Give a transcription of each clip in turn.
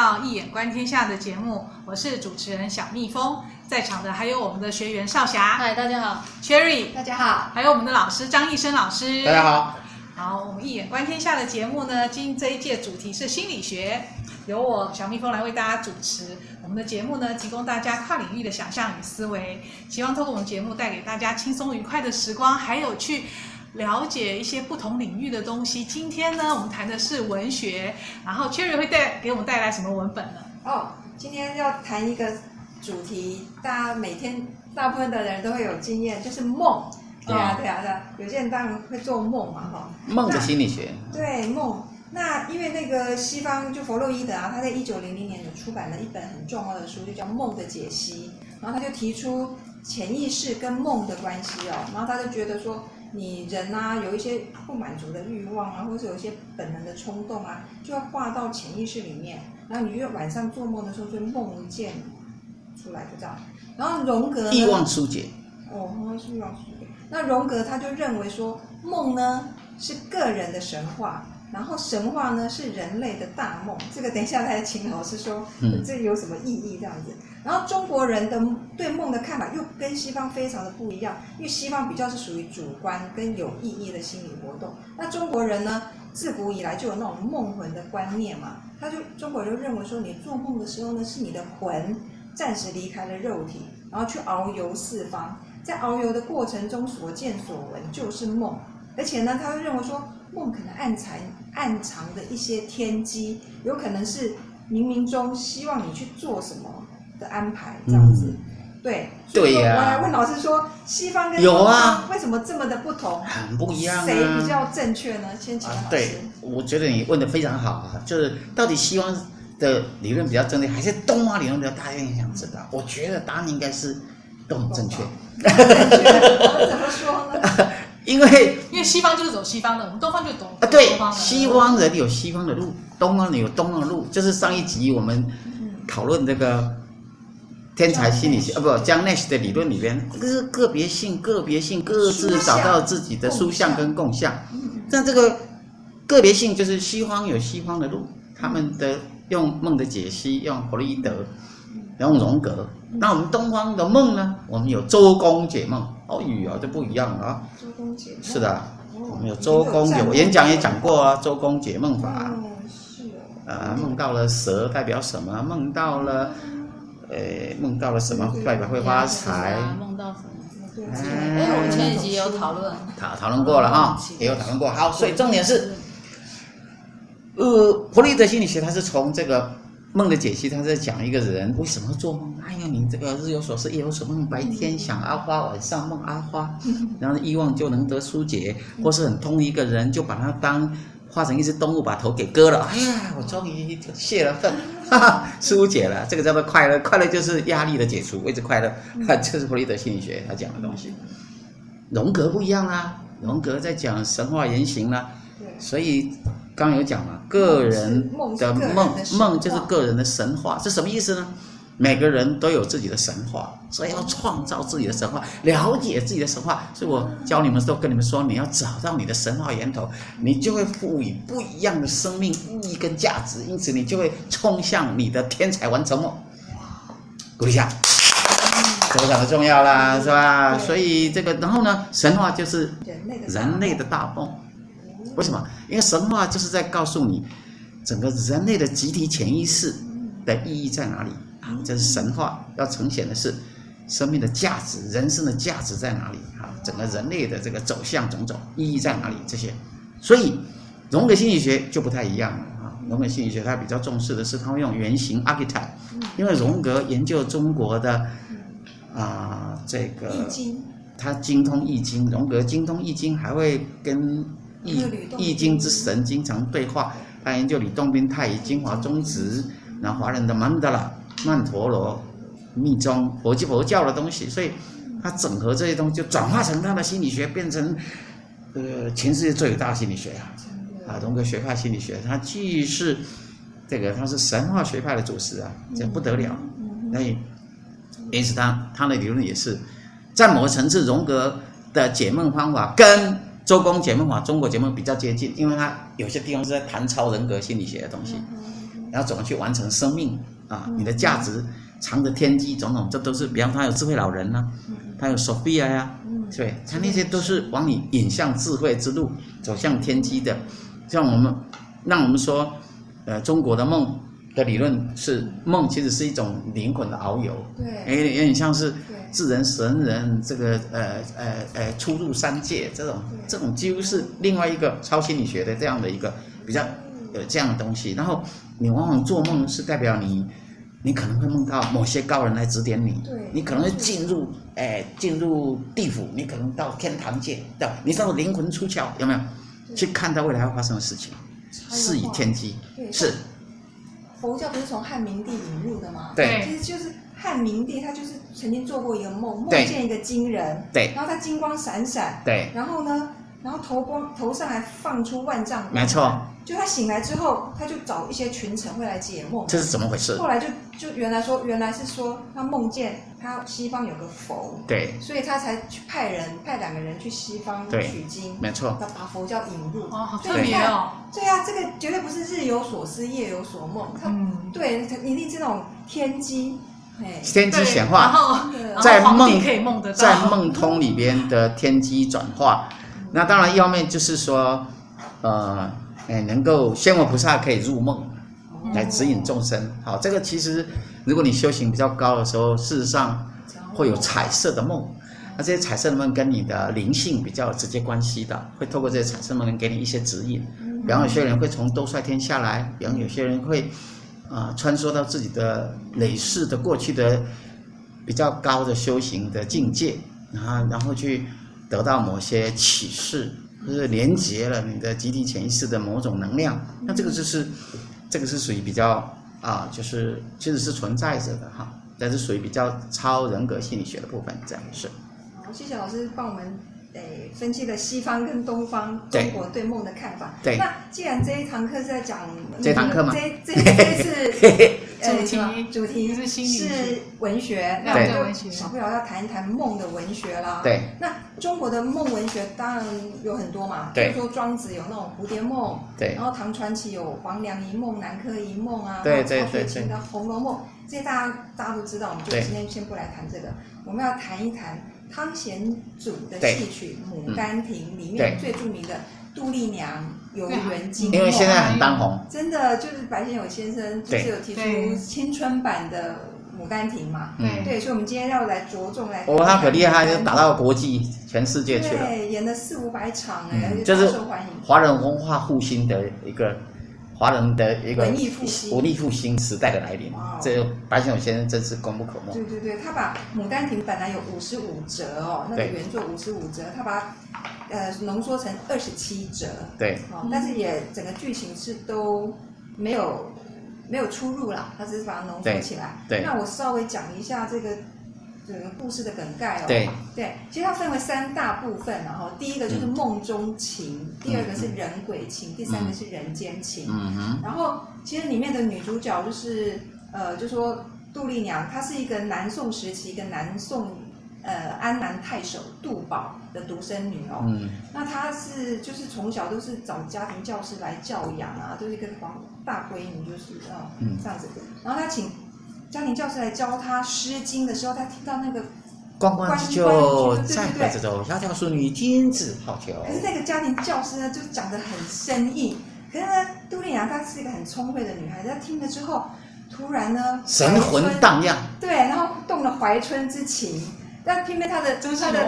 到一眼观天下的节目，我是主持人小蜜蜂，在场的还有我们的学员少霞， 嗨，大家好 ，Cherry， 大家好， 还有我们的老师张义生老师， 大家好。 好，我们一眼观天下的节目呢，这一届主题是心理学，由我小蜜蜂来为大家主持。我们的节目呢，提供大家跨领域的想象与思维，希望透过我们节目带给大家轻松愉快的时光，还有去了解一些不同领域的东西。今天呢，我们谈的是文学，然后 Cherry 会给我们带来什么文本呢？ 今天要谈一个主题，大部分的人都会有经验，就是梦。对啊，有些人当然会做梦嘛， 梦的心理学。 对，梦。那因为那个西方就弗洛伊德啊，他在1900年有出版了一本很重要的书，就叫《梦的解析》，然后他就提出潜意识跟梦的关系哦，然后他就觉得说，你人啊有一些不满足的欲望啊，或者有一些本能的冲动啊，就要化到潜意识里面，然后你就晚上做梦的时候就梦见出来，就这样。然后荣格呢， 欲望疏解。 是欲望疏解。那荣格他就认为说，梦呢是个人的神话，然后神话呢是人类的大梦。这个等一下来请老师说，这有什么意义这样子。然后中国人的对梦的看法又跟西方非常的不一样，因为西方比较是属于主观跟有意义的心理活动，那中国人呢自古以来就有那种梦魂的观念嘛，中国人就认为说，你做梦的时候呢是你的魂暂时离开了肉体，然后去遨游四方，在遨游的过程中所见所闻就是梦，而且呢他会认为说，梦可能暗藏的一些天机，有可能是冥冥中希望你去做什么的安排这样子。对呀。我来问老师说，西方跟东方为什么这么的不同？ 很不一样啊。 谁比较正确呢？先请老师。 对，我觉得你问得非常好啊，就是到底西方的理论比较正确，还是东方理论比较大家想知道？我觉得答案应该是都很正确。 怎么说呢？ 因为西方就是走西方的，我们东方就走对， 东方的。 西方人有西方的路，东方人有东方的路。就是上一集我们讨论这个天才心理学江Nash的理论里边，是个别性各自找到自己的殊相跟共相。但这个个别性就是西方有西方的路，他们的用梦的解析，用弗洛伊德，用荣格。那我们东方的梦呢？我们有周公解梦，这不一样啊。 周公解梦。 是的，我们有周公解，我演讲也讲过啊，周公解梦法。梦到了蛇代表什么？梦到了什么代表会发财？ 梦到什么？ 我们前几集有讨论过了哈，也有讨论过。好，所以重点是，弗洛伊德心理学它是从这个梦的解析，他在讲一个人为什么做梦。你这个日有所思夜有所梦，白天想阿花，晚上梦阿花，然后欲望就能得疏解，或是很痛一个人就把他化成一只动物，把头给割了。我终于泄了愤，疏解了。这个叫做快乐，快乐就是压力的解除，为之快乐。这是弗洛伊德心理学他讲的东西。荣格不一样啊，荣格在讲神话原型啦。所以刚刚有讲了，个人的梦就是个人的神话，是什么意思呢？每个人都有自己的神话，所以要创造自己的神话，了解自己的神话。所以我教你们都跟你们说，你要找到你的神话源头，你就会赋予不一样的生命意义跟价值，因此你就会冲向你的天才完成梦。鼓励一下，这个讲的重要啦，是吧？所以这个，然后呢，神话就是人类的大梦。为什么？因为神话就是在告诉你，整个人类的集体潜意识的意义在哪里。这是神话要呈现的是生命的价值，人生的价值在哪里整个人类的这个走向种种意义在哪里这些。所以荣格心理学就不太一样了荣格心理学它比较重视的是它会用原型 archetype， 因为荣格研究中国的这个他精通易经，荣格精通易经，还会跟易经之神经常对话。他研究吕洞宾太乙、精华宗旨，然后华人的曼达拉、曼陀罗、密宗、佛教的东西，所以他整合这些东西，就转化成他的心理学，变成全世界最伟大的心理学荣格学派心理学，他既是他是神话学派的祖师这不得了。所以因此他的理论也是在某个层次，荣格的解梦方法跟周公解梦法、中国解梦比较接近，因为它有些地方是在谈超人格心理学的东西。 然后怎么去完成生命啊，你的价值藏着天机种种，这都是，比方他有智慧老人呐，他有 Sophia 呀，对，他那些都是往你引向智慧之路，走向天机的。像让我们说，中国的梦的理论是梦其实是一种灵魂的遨游， 对， 有点像是智人神人，这个出入三界这种几乎是另外一个超心理学的这样的一个比较这样的东西。然后你往往做梦是代表你可能会梦到某些高人来指点你，你可能会进入地府，你可能到天堂界，你到灵魂出窍，有没有？去看到未来要发生的事情，是以天机，是。 佛教不是从汉明帝引入的吗？ 对， 其实就是汉明帝，他就是曾经做过一个梦，梦见一个金人， 对， 然后他金光闪闪， 对， 然后呢，然后头上还放出万丈光， 没错。 就他醒来之后，他就找一些群臣会来解梦。 这是怎么回事？ 后来就原来是说他梦见他西方有个佛， 对， 所以他才去派2个人去西方取经， 没错， 把佛教引入。 哦，好特别哦。 对啊，这个绝对不是日有所思夜有所梦，对，一定是那种天机。 天机显化， 在梦通里边的天机转化。那当然一方面就是说，能够仙佛菩萨可以入梦来指引众生。好，这个其实如果你修行比较高的时候，事实上会有彩色的梦。那这些彩色的梦跟你的灵性比较有直接关系的，会透过这些彩色梦给你一些指引。比方有些人会从兜率天下来，比方有些人会穿梭到自己的累世的过去的比较高的修行的境界，然后去得到某些启示，或者连接了你的集体潜意识的某种能量。那这个是属于比较就是其实是存在着的哈，但是属于比较超人格心理学的部分，这样是。 好，谢谢老师帮我们分析了西方跟东方中国对梦的看法。 对。 那既然这一堂课是在讲这堂课吗？ 这次主题是心理学， 是文学，那我们就少不了要谈一谈梦的文学啦。 对。 那中国的梦文学当然有很多嘛，比如说庄子有那种蝴蝶梦， 对。 然后唐传奇有黄粱一梦、南柯一梦啊， 对， 曹雪芹的《红楼梦》，这些大家都知道，我们就今天先不来谈这个，我们要谈一谈汤显祖的戏曲《牡丹亭》里面最著名的杜丽娘游园惊梦， 因为现在很当红， 真的就是白先勇先生就是有提出青春版的《牡丹亭》嘛，对，所以我们今天要来着重来。 他可厉害，就打到国际全世界去了， 对，演了400-500场就是受欢迎， 华人文化复兴的一个。华人的一个文艺复兴时代的来临，这白先勇先生真是功不可没。 对，他把《牡丹亭》本来有55折哦，那个原作55折，他把它浓缩成27折， 对， 但是也整个剧情是都没有出入啦，他只是把它浓缩起来。 对， 那我稍微讲一下这个故事的梗概哦。 对， 其实它分为3大部分，然后第一个就是梦中情，第二个是人鬼情，第三个是人间情。然后其实里面的女主角就是就说杜丽娘，她是一个南宋时期一个南宋安南太守杜宝的独生女哦。那她是就是从小都是找家庭教师来教养啊，都是一个大闺女，就是这样子。然后她请家庭教师来教他《诗经》的时候，他听到那个关关雎鸠，在河之洲，窈窕淑女，君子好逑。 可是那个家庭教师呢，就讲得很生硬。可是呢，杜丽娘她是一个很聪慧的女孩子，她听了之后，突然呢， 神魂荡漾。 对，然后动了怀春之情。但偏偏她的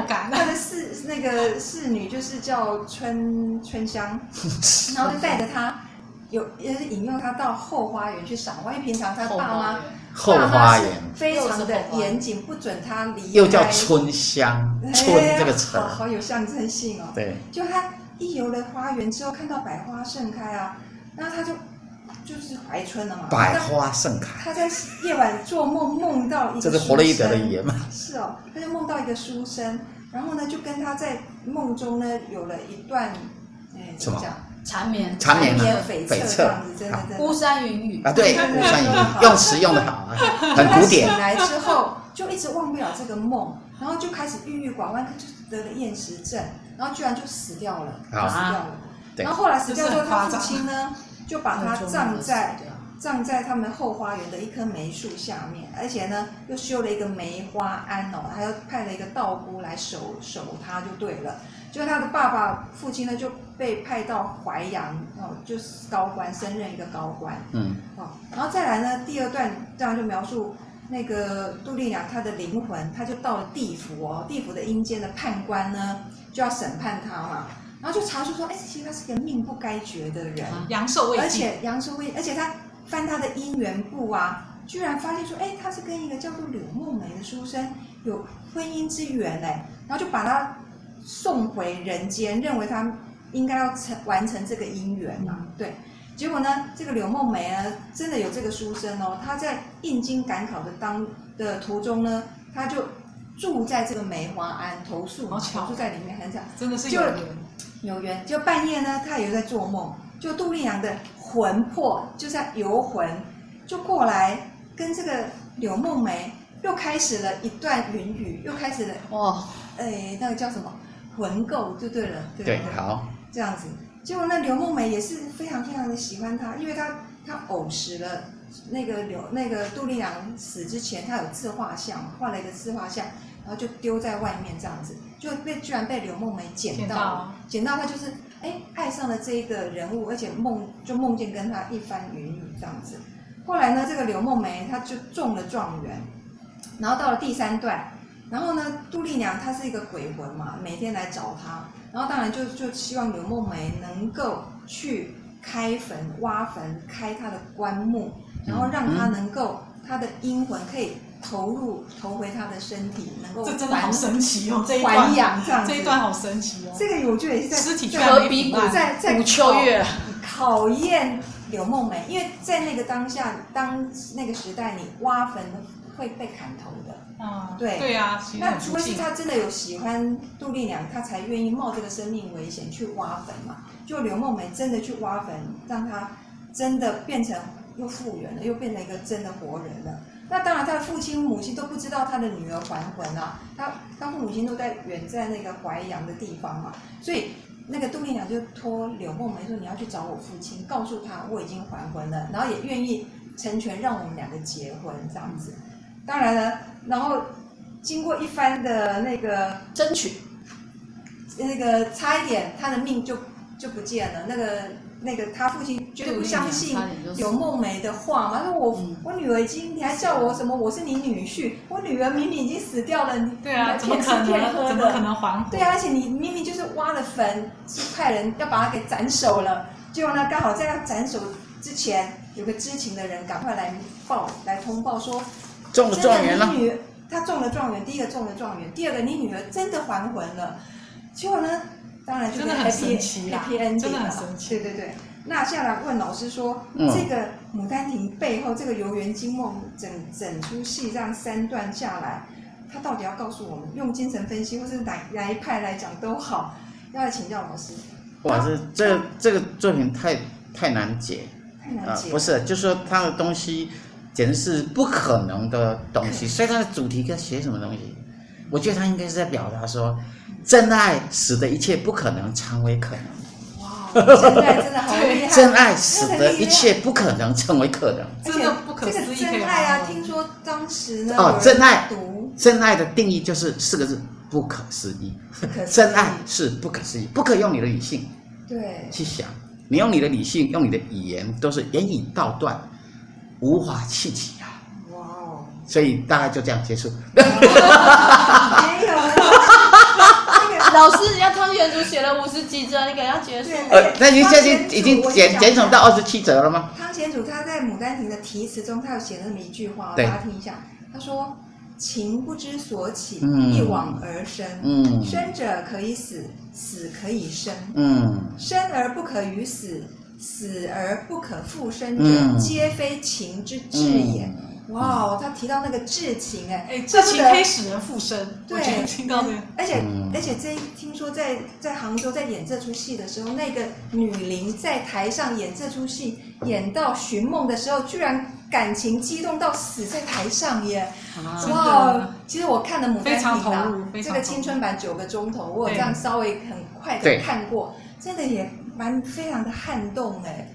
侍女就是叫春香，然后就带着她。也是引诱他到后花园去赏花，因为平常他爸妈后花园非常的严谨，不准他离开。 又叫春香，春这个词好有象征性哦。 对， 就他一游了花园之后，看到百花盛开啊，那他就是怀春了嘛。 百花盛开。 他在夜晚做梦，梦到一个书生， 这是弗洛伊德的语言嘛？ 是哦，他就梦到一个书生，然后呢，就跟他在梦中呢有了一段，怎么讲？ 缠绵悱恻恻这样子，真的。 巫山云雨啊，对，巫山云雨，用词用得好啊，很古典。 醒来之后就一直忘不了这个梦，然后就开始郁郁寡欢，就得了厌食症，然后居然就死掉了，然后后来死掉之后，他父亲呢就把他葬葬在他们后花园的一棵梅树下面，而且呢又修了一个梅花庵哦，还有派了一个道姑来守他就对了。就他的父亲呢就被派到淮阳哦，就是高官，升任一个高官。然后再来呢，第二段这样就描述那个杜丽娘她的灵魂，她就到了地府哦，地府的阴间的判官呢就要审判她嘛。然后就查出说，其实他是个命不该绝的人， 阳寿未尽， 而且他翻他的姻缘簿啊，居然发现说，他是跟一个叫做柳梦梅的书生有婚姻之缘然后就把他送回人间，认为他应该要完成这个姻缘嘛，对。结果呢，这个柳梦梅呢，真的有这个书生哦，他在应经赶考的途中呢，他就住在这个梅花庵投宿，住在里面，很巧， 真的是有缘。就半夜呢，他也在做梦，就杜丽娘的魂魄就在游魂，就过来跟这个柳梦梅又开始了一段云雨，又开始了那个叫什么魂构就对了，对， 好， 这样子。结果那柳梦梅也是非常非常的喜欢他，因为他偶识了那个杜丽娘死之前，他有自画像，画了一个自画像，然后就丢在外面这样子，居然被柳梦梅捡到，他就是爱上了这一个人物，而且梦见跟他一番云雨这样子。后来呢，这个柳梦梅她就中了状元，然后到了第3段，然后呢，杜丽娘她是一个鬼魂嘛，每天来找她，然后当然就希望柳梦梅能够去开坟、挖坟、开她的棺木，然后让她能够她的阴魂可以投回她的身体，能够这真的好神奇哦！这一段还阳这样子， 这一段好神奇哦！ 这个我觉得也是在尸体居然没腐烂， 在古秋月考验柳梦梅，因为在那个当下，那个时代，你挖坟会被砍头的。对啊， 那除非是他真的有喜欢杜丽娘，他才愿意冒这个生命危险去挖坟嘛。就柳梦梅真的去挖坟，让他真的变成又复原了，又变成一个真的活人了。那当然，他的父亲母亲都不知道他的女儿还魂啊，他父母亲都远在那个淮阳的地方嘛，所以那个杜丽娘就托柳梦梅说：“你要去找我父亲，告诉他我已经还魂了，然后也愿意成全，让我们2个结婚这样子。”当然了，然后经过一番的那个争取， 那个差一点他的命就不见了。那个他父亲绝对不相信柳梦梅的话嘛，他说我女儿你还叫我什么？我是你女婿，我女儿明明已经死掉了，你怎么可能还魂？ 对啊，而且你明明就是挖了坟，是派人要把他给斩首了，结果呢刚好在他斩首之前，有个知情的人赶快来通报说。 中了状元了， 他中了状元，第一个中了状元，第二个你女儿真的还魂了。结果呢，当然就是 happy ending 真的很神奇。 对。那下来问老师说，这个《牡丹亭》背后这个游园惊梦整出戏这样3段下来，他到底要告诉我们？用精神分析或是哪一派来讲都好，要来请教老师。 哇，这个作品太难解，不是，就说他的东西。简直是不可能的东西，所以它的主题该写什么东西？我觉得他应该是在表达说，真爱使得一切不可能成为可能。 哇，真爱真的好厉害！ 真爱使得一切不可能成为可能。 真的不可思议！ 这个真爱啊，听说当时呢， 真爱的定义就是4个字：不可思议。真爱是不可思议，不可用你的理性去想，你用你的理性，用你的语言都是言语道断。无法企及啊！哇哦！所以大概就这样结束。 没有老师，人家汤显祖写了50几则，你给他结束。 那现在已经减少到27则了吗？ 汤显祖他在《牡丹亭》的题词中，他有写了那么一句话，大家听一下。他说：“情不知所起，一往而生。生者可以死，死可以生。生而不可与死。”死而不可复生者，皆非情之至也。哇，他提到那个至情， 至情可以使人复生。 对， 听到这个， 而且听说在杭州在演这出戏的时候，那个女伶在台上演这出戏，演到寻梦的时候，居然感情激动到死在台上耶！哇，其实我看了《牡丹亭》啊，这个青春版9个钟头，我有这样稍微很快的看过，真的也非常的撼动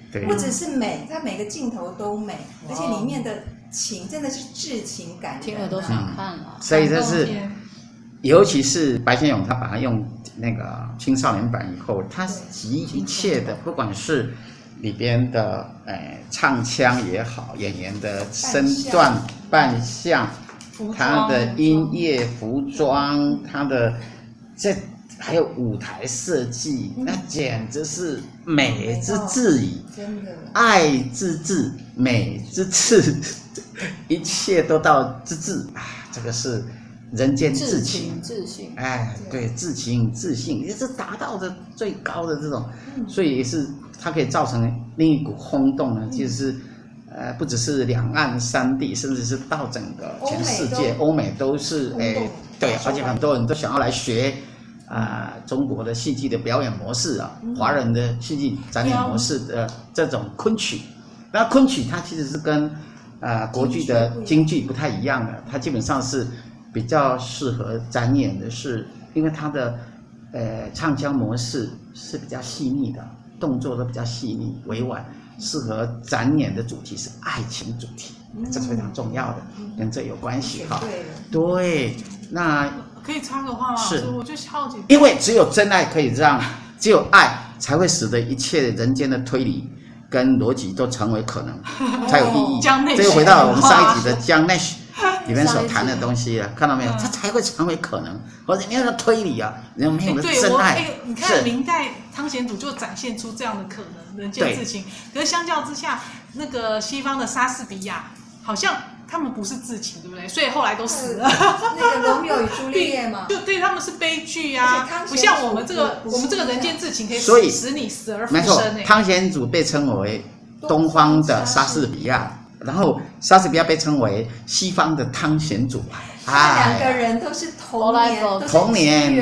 对不只是美，它每个镜头都美，而且里面的情真的是至情感人， 听了都想看了。 所以这是，尤其是白先勇，他把它用那个青少年版以后，他集一切的，不管是里边的唱腔也好，演员的身段扮相，他的音乐、服装，他的还有舞台设计，那简直是美之至矣， 真的， 爱之至，美之至，一切都到之至啊！这个是人间至情， 自信， 哎，对，至情至性，也是达到的最高的这种，所以也是它可以造成另一股轰动呢。其实是不只是两岸三地，甚至是到整个全世界，欧美都是对，而且很多人都想要来学。中国的戏剧的表演模式啊，华人的戏剧展演模式的这种昆曲，那昆曲它其实是跟国剧的京剧不太一样的，它基本上是比较适合展演的是，因为它的唱腔模式是比较细腻的，动作都比较细腻委婉，适合展演的主题是爱情主题，这是非常重要的，跟这有关系哈。对，那。 可以插个话吗？ 是， 我就好奇， 因为只有真爱可以让，只有爱才会使得一切人间的推理跟逻辑都成为可能，才有意义。这又回到我们上一集的江内里面所谈的东西了，看到没有？它才会成为可能，或者没有推理啊，人没有了真爱。 你看明代汤显祖就展现出这样的可能，人间至情。可是相较之下，那个西方的莎士比亚好像。他们不是至情，对不对？所以后来都死了。 那个罗密欧与朱丽叶嘛， 就对他们是悲剧啊，不像我们这个人间至情可以使你死而复生。 没错，汤显祖被称为东方的莎士比亚，然后莎士比亚被称为西方的汤显祖。 两个人都是同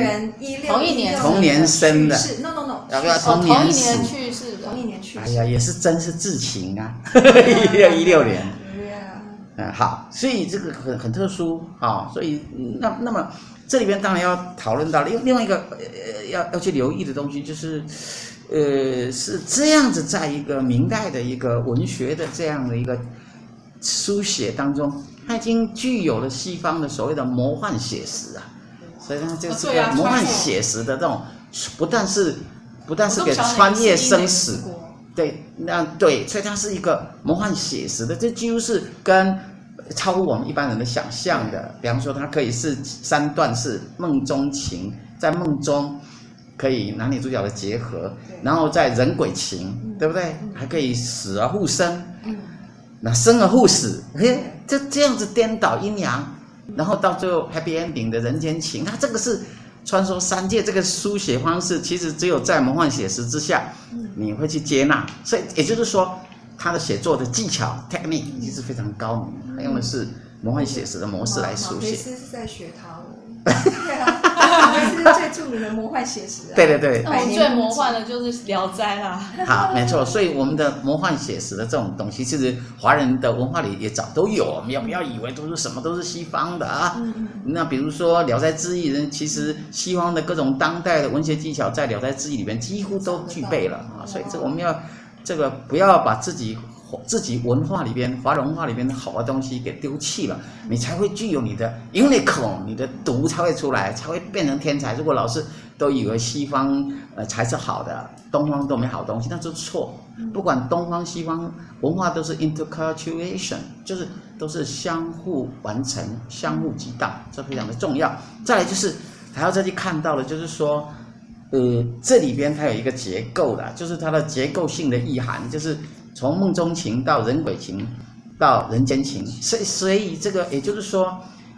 年生的 ，no， 要不要同一年去世的？ 同一年去世。 哎呀，也是真是至情啊！1616年。好，所以这个很特殊啊，所以那么这里边当然要讨论到另外一个要去留意的东西，就是是这样子，在一个明代的一个文学的这样的一个书写当中，它已经具有了西方的所谓的魔幻写实啊，所以它就是个魔幻写实的这种，不但是给穿越生死。对，所以它是一个魔幻写实的，这几乎是跟超乎我们一般人的想象的。比方说，它可以是3段式梦中情，在梦中可以男女主角的结合，然后在人鬼情，对不对？还可以死而复生，那生而复死，这样子颠倒阴阳，然后到最后 happy ending 的人间情，它这个是。穿梭3界这个书写方式，其实只有在魔幻写实之下，你会去接纳。所以也就是说，他的写作的技巧 technique 已经是非常高明，他用的是魔幻写实的模式来书写。 马培斯是在学他对啊，马培斯是最著名的魔幻写实。 对。 那我最魔幻的就是《聊斋》啦。 好，没错。所以我们的魔幻写实的这种东西，其实华人的文化里也早都有。我们不要以为都是什么都是西方的啊。那比如说《聊斋志异》，其实西方的各种当代的文学技巧，在《聊斋志异》里面几乎都具备了啊。所以我们要不要把自己文化里边、华人文化里边的好的东西给丢弃了，你才会具有你的 unicorn， 你的毒才会出来，才会变成天才。如果老是都以为西方才是好的，东方都没好东西，那就是错。不管东方西方文化都是 interculturation， 就是都是相互完成、相互激荡，这非常的重要。再来就是还要再去看到的，就是说，这里边它有一个结构的，就是它的结构性的意涵，就是从梦中情到人鬼情到人间情，所以这个也就是说，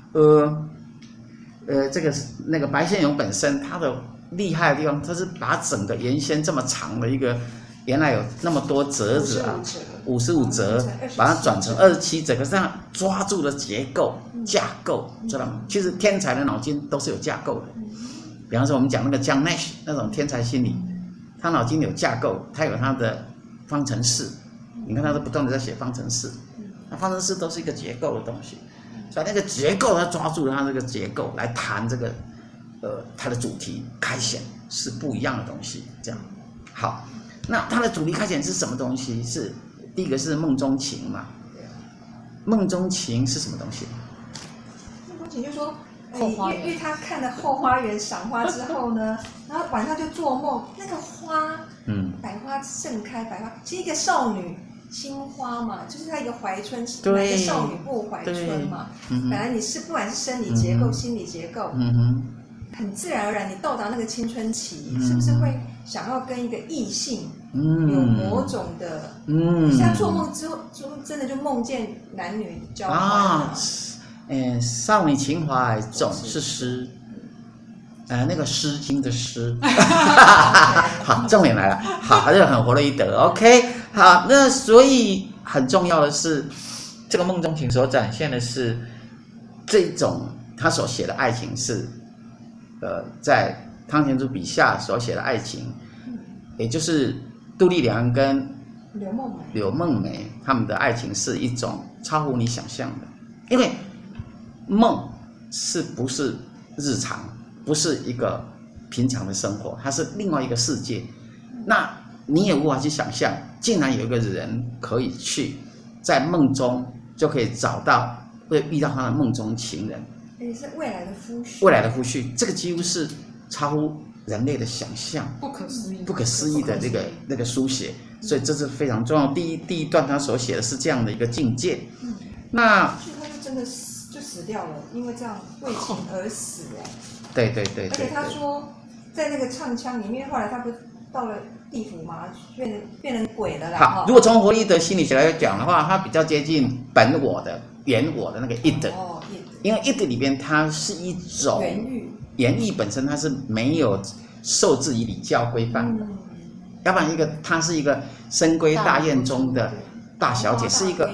这个那个白先勇本身他的厉害的地方，他是把整个原先这么长的一个原来有那么多折子啊，55折，把它转成27折，可是他抓住了结构架构，知道吗？其实天才的脑筋都是有架构的。比方说我们讲那个江 Nash 那种天才心理，他脑筋有架构，他有他的方程式，你看他都不断的在写方程式，那方程式都是一个结构的东西，所以那个结构他抓住了他这个结构来谈这个他的主题开显是不一样的东西，这样好。 那它的主题开显是什么东西？是第一个是梦中情嘛？梦中情是什么东西？ 梦中情就说， 后花园因为他看了后花园赏花之后呢，然后晚上就做梦，那个花，百花盛开，百花是一个少女心花嘛，就是她一个怀春，哪一个少女不怀春嘛？本来你是不管是生理结构、心理结构，很自然而然，你到达那个青春期，是不是会想要跟一个异性有某种的，像做梦之后，真的就梦见男女交欢啊。 少女情怀总是诗，那个《诗经》的诗。好，重点来了，好，这个很活络一德。OK， 好，那所以很重要的是，这个梦中情所展现的是这种他所写的爱情是，在汤显祖笔下所写的爱情，也就是杜丽娘跟柳梦梅他们的爱情是一种超乎你想象的，因为梦是不是日常，不是一个平常的生活，它是另外一个世界。那你也无法去想象，竟然有一个人可以去在梦中就可以找到，会遇到他的梦中情人， 是未来的夫婿。 未来的夫婿，这个几乎是超乎人类的想象， 不可思议的那个书写，所以这是非常重要。第一段他所写的是这样的一个境界。那他就真的就死掉了，因为这样为情而死对。 而且他说，在那个唱腔里面，后来他不到了地府嘛，变成鬼了啦。 好，如果从弗洛伊德心理学来讲的话，它比较接近本我的原我的那个 id，因为 id 里边它是一种原欲本身它是没有受制于礼教规范的，要不然它是一个深闺大院中的大小姐，是一个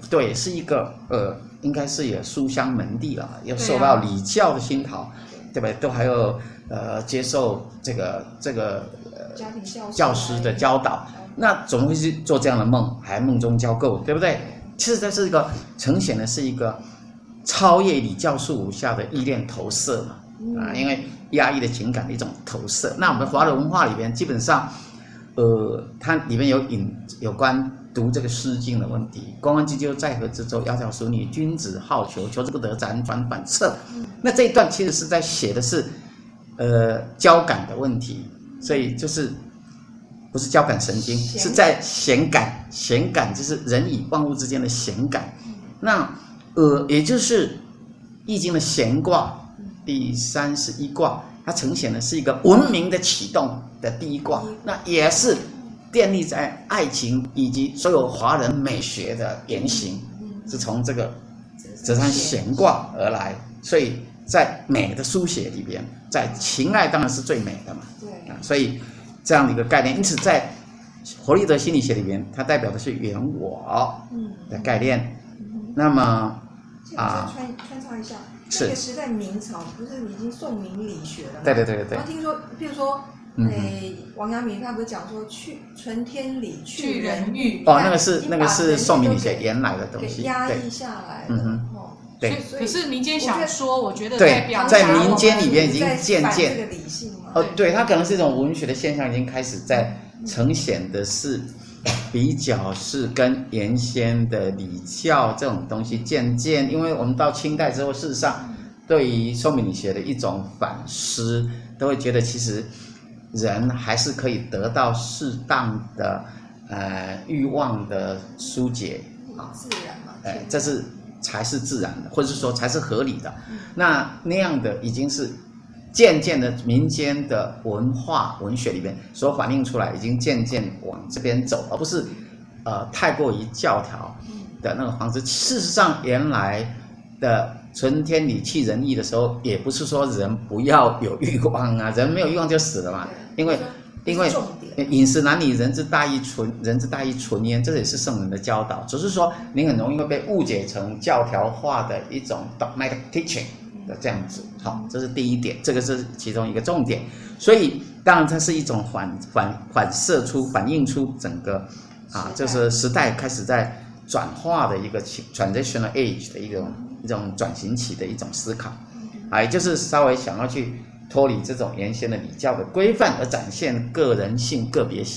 应该是有书香门第了，要受到礼教的熏陶，对不对？都还有接受这个家庭教师的教导，那怎么会去做这样的梦，还梦中交媾，对不对？其实这是一个呈现的是一个超越礼教束缚下的意念投射嘛，因为压抑的情感的一种投射。那我们华人文化里边基本上，它里面有关读这个《诗经》的问题，公安雎鸠，在河之洲，窈窕淑女，君子好逑，求之不得，辗转反侧。那这一段其实是在写的是交感的问题，所以就是不是交感神经，是在弦感，弦感就是人与万物之间的弦感。那也就是《易经》的弦卦第31卦，它呈现的是一个文明的启动的第一卦，那也是建立在爱情以及所有华人美学的原型，是从这个泽山弦卦而来。所以在美的书写里边，在情爱当然是最美的嘛，所以这样的一个概念，因此在弗洛伊德心理学里边，它代表的是原我的概念。那么穿插一下，那个时代明朝不是已经宋明理学了吗？ 对。 然后听说，比如说，王阳明他不是讲说去存天理，去人欲， 那个是宋明理学原来的东西， 压抑下来了。 对， 可是民间小说，我觉得在民间里边已经渐渐这个理性嘛。 对，它可能是一种文学的现象，已经开始在呈现的是比较是跟原先的礼教这种东西渐渐，因为我们到清代之后，事实上对于宋明理学的一种反思，都会觉得其实人还是可以得到适当的欲望的疏解自然嘛， 这是才是自然的，或者是说才是合理的。那样的已经是渐渐的民间的文化文学里面所反映出来，已经渐渐往这边走，而不是太过于教条的那个方式。事实上，原来的存天理去人欲的时候，也不是说人不要有欲望啊，人没有欲望就死了嘛。因为饮食男女，人之大义存焉，这也是圣人的教导。只是说你很容易会被误解成教条化的一种 dogmatic teaching 的这样子。好，这是第一点，这个是其中一个重点。所以当然它是一种反映出整个就是时代开始在转化的一个 transitional age 的一种转型期的一种思考，也就是稍微想要去脱离这种原先的礼教的规范，而展现个人性、个别性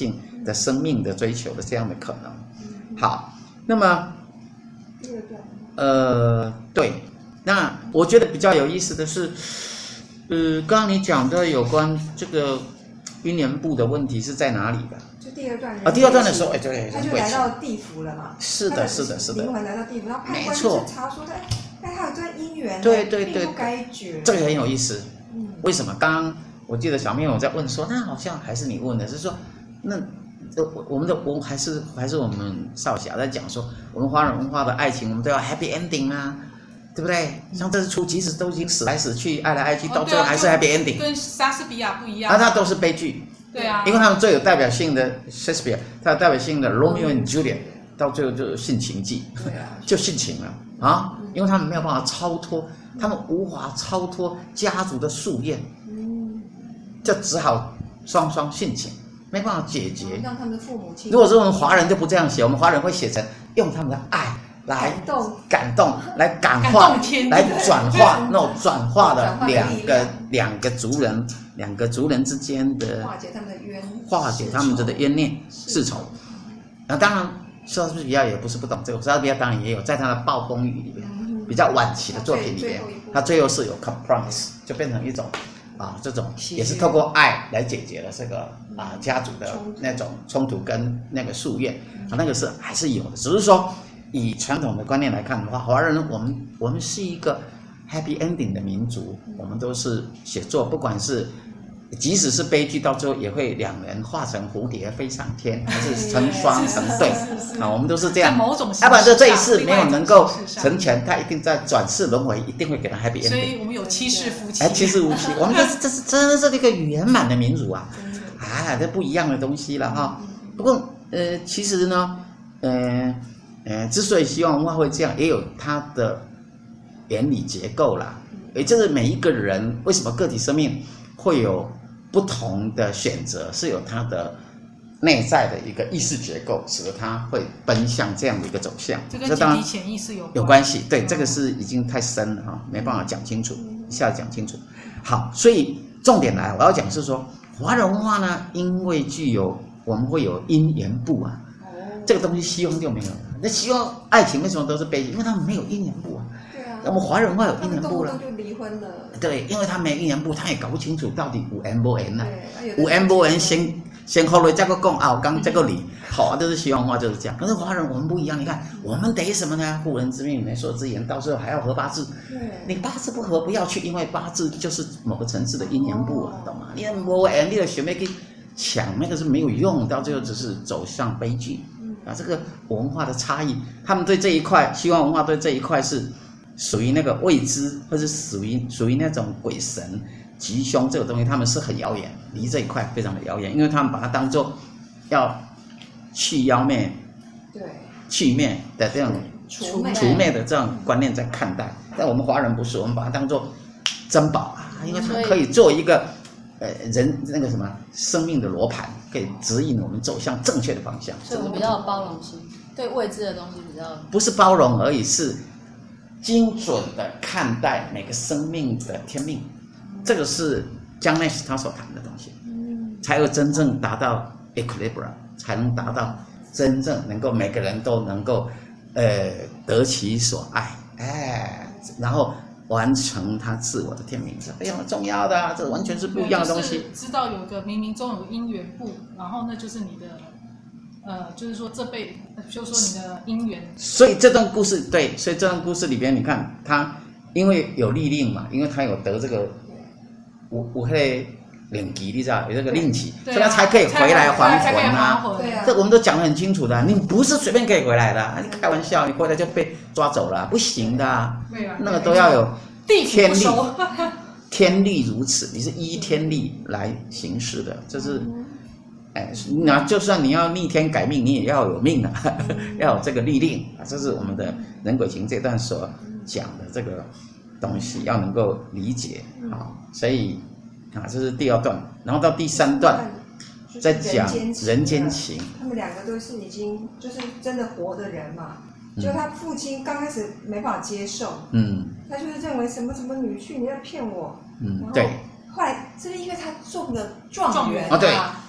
的生命的追求的这样的可能。好，那么第二段， 对，那我觉得比较有意思的是，刚刚你讲的有关这个阴阳部的问题是在哪里的？ 就第二段第二段的时候，对， 他就来到地府了嘛。 是的， 灵魂来到地府，然后判官就是查说，他有段姻缘， 对， 并不该绝。 这个很有意思。为什么？刚刚我记得小妹我在问说，那好像还是你问的，是说，那我还是我们少侠在讲说，我们华人文化的爱情，我们都要 happy ending 啊。对不对？像这出，即使都已经死来死去、爱来爱去，到最后还是 happy ending。 跟莎士比亚不一样。 那都是悲剧。 对啊。 因为他们最有代表性的 Shakespeare， 他有代表性的 Romeo and Juliet， 到最后就是性情记，就性情了啊！因为他们没有办法超脱，他们无法超脱家族的夙愿，就只好双性情，没办法解决。 让他们的父母亲。 如果是我们华人就不这样写，我们华人会写成用他们的爱。来感动，来感化，来转化那种转化的两个族人之间的化解他们的冤， 化解他们的冤孽世仇。那当然，莎士比亚也不是不懂这个，莎士比亚当然也有在他的《暴风雨》里面比较晚期的作品里面，他最后是有 compromise， 就变成一种这种也是透过爱来解决了这个家族的那种冲突跟那个夙愿，那个是还是有的，只是说。以传统的观念来看的话，华人我们是一个 happy ending 的民族，我们都是写作，不管是即使是悲剧，到最后也会两人化成蝴蝶飞上天，还是成双成对我们都是这样。 某种形式要不然就这一世没有能够成全，他一定在转世轮回，一定会给他 happy ending。所以我们有七世夫妻。 七世夫妻，我们这是真的是一个圆满的民族啊！这不一样的东西了哈。不过其实呢，之所以希望文化会这样，也有它的原理结构啦。也就是每一个人为什么个体生命会有不同的选择，是有它的内在的一个意识结构，使得它会奔向这样的一个走向。 这跟集体潜意识有关系。对，这个是已经太深了哈，没办法讲清楚，一下子讲清楚。好，所以重点来，我要讲是说，华人文化呢，因为我们会有因缘部啊。这个东西西方就没有了。那西方爱情为什么都是悲剧？因为他们没有因缘部啊。 对啊。 那么华人文化有因缘部了。 他们动不动就离婚了。 对，因为他没因缘部，他也搞不清楚到底有缘无缘啊。有缘无缘先后来再个讲后刚再个离，好，就是西方文化就是这样。可是华人我们不一样，你看我们得什么呢？妇人之命，媒妁之言，到时候还要合八字。你八字不合不要去，因为八字就是某个层次的因缘部啊，懂吗？你无缘，你的学妹去抢那个是没有用，到最后只是走向悲剧。这个文化的差异，他们对这一块，西方文化对这一块是属于那个未知，或是属于那种鬼神吉凶这个东西，他们是很遥远，离这一块非常的遥远，因为他们把它当作要去妖灭、去灭的这种除灭的这种观念在看待。但我们华人不是，我们把它当作珍宝因为它可以做一个人那个什么生命的罗盘，可以指引我们走向正确的方向。 所以我们比较有包容心，对未知的东西比较不是包容而已，是精准的看待每个生命的天命。这个是江奈斯他所谈的东西，才有真正达到 equilibrium， 才能达到真正能够每个人都能够得其所爱，然后完成他自我的天命，是非常重要的这完全是不一样的东西。 知道有个冥冥中有个因缘部，然后那就是你的就是说这辈，就是说你的因缘。所以这段故事里边，你看他因为有利令嘛，因为他有得这个有会令旗，你知道有这个令旗，所以他才可以回来还魂啊。这我们都讲得很清楚的，你不是随便可以回来的，你开玩笑，你回来就被抓走了，不行的。那个都要有天力，天力如此，你是依天力来行事的，这是。那就算你要逆天改命，你也要有命要有这个律令这是我们的人鬼情这段所讲的这个东西，要能够理解所以这是第二段，然后到第三段在讲人间情。 他们两个都是已经就是真的活的人嘛，就他父亲刚开始没办法接受，他就是认为什么女婿你在骗我，对。后来是不是因为他中了状元对，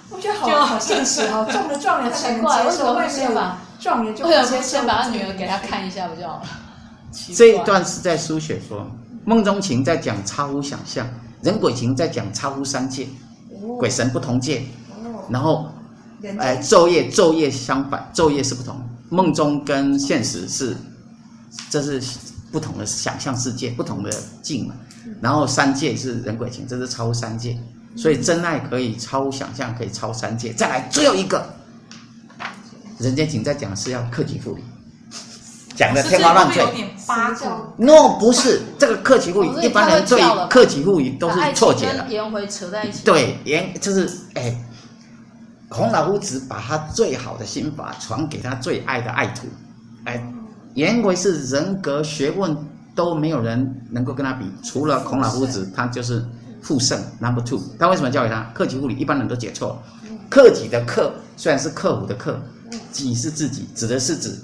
我觉得好现实，好中了状元才能接受， 为什么不先把状元就为什么不先把他女儿给他看一下不就好了？ 这一段是在书写说，梦中情在讲超乎想象，人鬼情在讲超乎三界，鬼神不同界，然后昼夜相反，昼夜是不同，梦中跟现实这是不同的想象世界，不同的境嘛。然后三界是人鬼情，这是超乎三界，所以真爱可以超乎想象，可以超三界。再来最后一个，人间情在讲是要克己复礼，讲的天花乱坠。 有点八卦。 No， 不是这个克己复礼，一般人对克己复礼都是错解了。 跟颜回扯在一起。 对，就是孔老夫子把他最好的心法传给他最爱的爱徒，颜回是人格学问都没有人能够跟他比，除了孔老夫子，他就是复圣 No. 2。他为什么教给他克己复礼？一般人都解错了。克己的克虽然是克服的克，己是自己，指的是指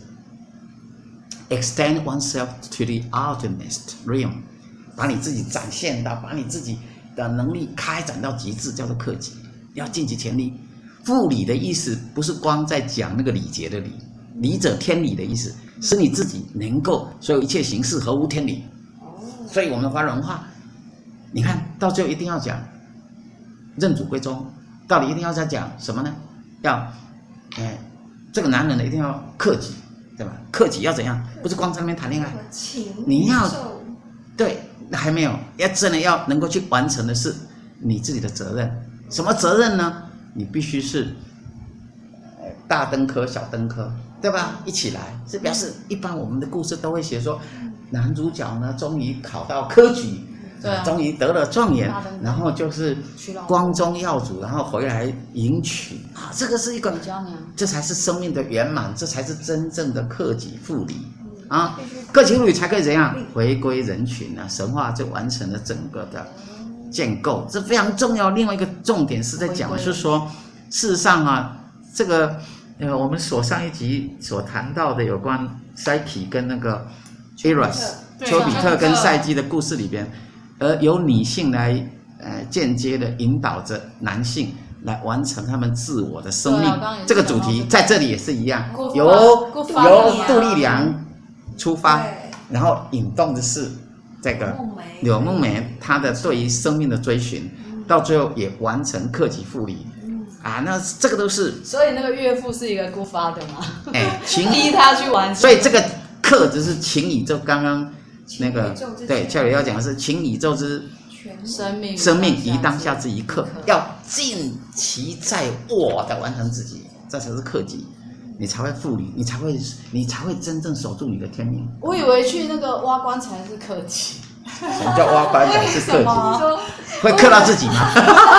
extend oneself to the ultimate realm， 把你自己展现到，把你自己的能力开展到极致，叫做克己，要尽其全力。复礼的意思不是光在讲那个礼节的礼，礼者天理的意思，使你自己能够所有一切行事合乎天理。所以我们的华人文化，你看到最后一定要讲认祖归宗，到底一定要再讲什么呢？要这个男人呢一定要克己，对吧？克己要怎样？不是光在那边谈恋爱，你要对，还没有，真的要能够去完成的是你自己的责任。什么责任呢？你必须是大登科小登科，对吧？一起来，是表示一般我们的故事都会写说，男主角呢终于考到科举，终于得了状元，然后就是光宗耀祖，然后回来迎娶啊，这个是一个，这才是生命的圆满，这才是真正的克己复礼啊！克己复礼才可以怎样回归人群啊？神话就完成了整个的建构，这非常重要。另外一个重点是在讲，是说，事实上啊，这个我们上一集所谈到的有关 Psyche 跟那个 Eros 丘比特跟赛姬的故事里边，由女性来间接的引导着男性来完成他们自我的生命。这个主题在这里也是一样，由杜丽娘出发，然后引动的是这个柳梦梅她的对于生命的追寻，到最后也完成克己复礼啊，那这个都是。所以那个岳父是一个good father吗？ 逼他去完成。 所以这个克就是情宇宙，刚刚那个对教理要讲的是情宇宙之生命于当下之一刻，要尽其在握的完成自己，这才是克己。你才会复礼，你才会真正守住你的天命。 我以为去那个挖棺材是克己。 什么叫挖棺材是克己？会克到自己吗？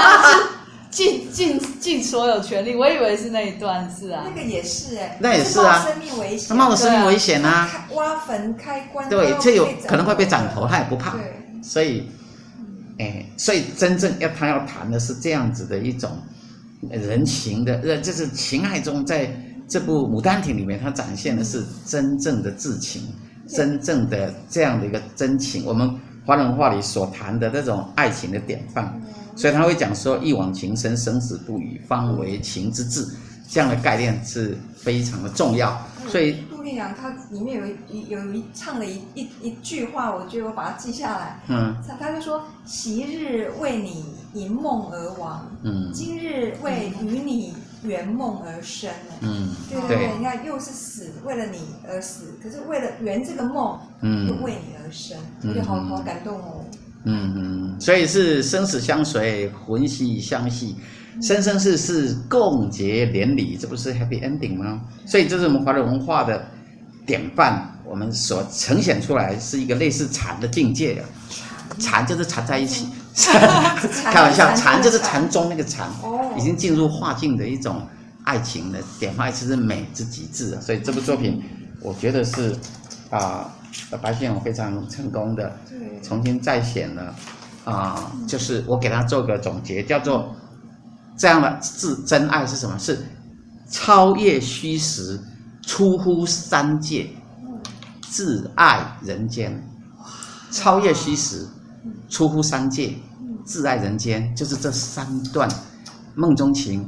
尽所有全力，我以为是那一段是啊。 那个也是那也是啊， 冒生命危险， 他冒着生命危险啊， 挖坟开棺， 对，这有可能会被斩头，他也不怕。所以真正他要谈的是这样子的一种人情的，就是情爱中在。这部《牡丹亭》里面，它展现的是真正的至情，真正的这样的一个真情。我们华人文化里所谈的这种爱情的典范，所以他会讲说“一往情深，生死不渝，方为情之至”，这样的概念是非常的重要。所以杜丽娘她里面唱了一句话，我觉得我把它记下来。他就说：“昔日为你因梦而亡，今日为与你圆梦而生。”对，你看又是死，为了你而死，可是为了圆这个梦，又为你而生，我觉得好感动哦。 所以是生死相随，魂兮相系。生生世世共结连理，这不是 happy ending 吗？所以这是我们华人文化的典范，我们所呈现出来是一个类似禅的境界的。禅就是缠在一起，开玩笑，禅就是禅宗那个禅，已经进入化境的一种爱情的典范，其实美之极致。所以这部作品，我觉得是白先勇非常成功的重新再显了就是我给他做个总结，叫做。这样的真爱是什么？是超越虚实，出乎三界，自爱人间。超越虚实，出乎三界，自爱人间，就是这三段梦中情、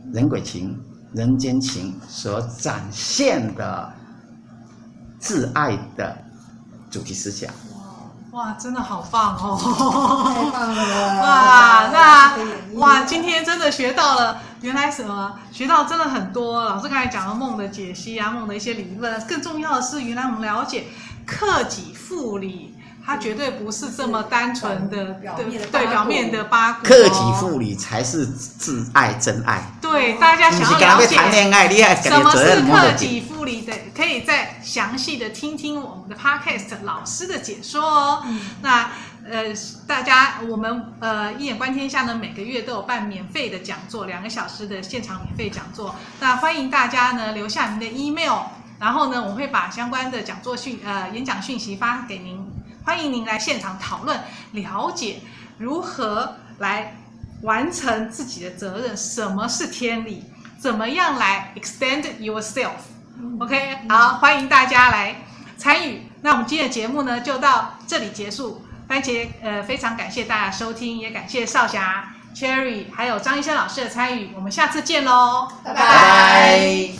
人鬼情、人间情所展现的挚爱的主题思想。 哇，真的好棒哦！ 太棒了！ 哇，那这个演绎哇，今天真的学到了，原来什么？学到真的很多。老师刚才讲了梦的解析啊，梦的一些理论，更重要的是，原来我们了解克己复礼，它绝对不是这么单纯的表面的八股。 克己复礼才是挚爱真爱。 对，大家想要了解不是跟他谈恋爱，你还什么是克己己复礼的，可以再详细的听听我们的 podcast 老师的解说哦。那大家我们一眼观天下呢，每个月都有办免费的讲座，2个小时的现场免费讲座。那欢迎大家呢留下您的 email， 然后呢我会把相关的讲座演讲讯息发给您，欢迎您来现场讨论，了解如何来完成自己的责任，什么是天理，怎么样来 extend yourself。OK， 好，欢迎大家来参与。那我们今天的节目呢就到这里结束。番茄非常感谢大家收听，也感谢少霞、Cherry 还有张医生老师的参与，我们下次见喽， 拜拜拜。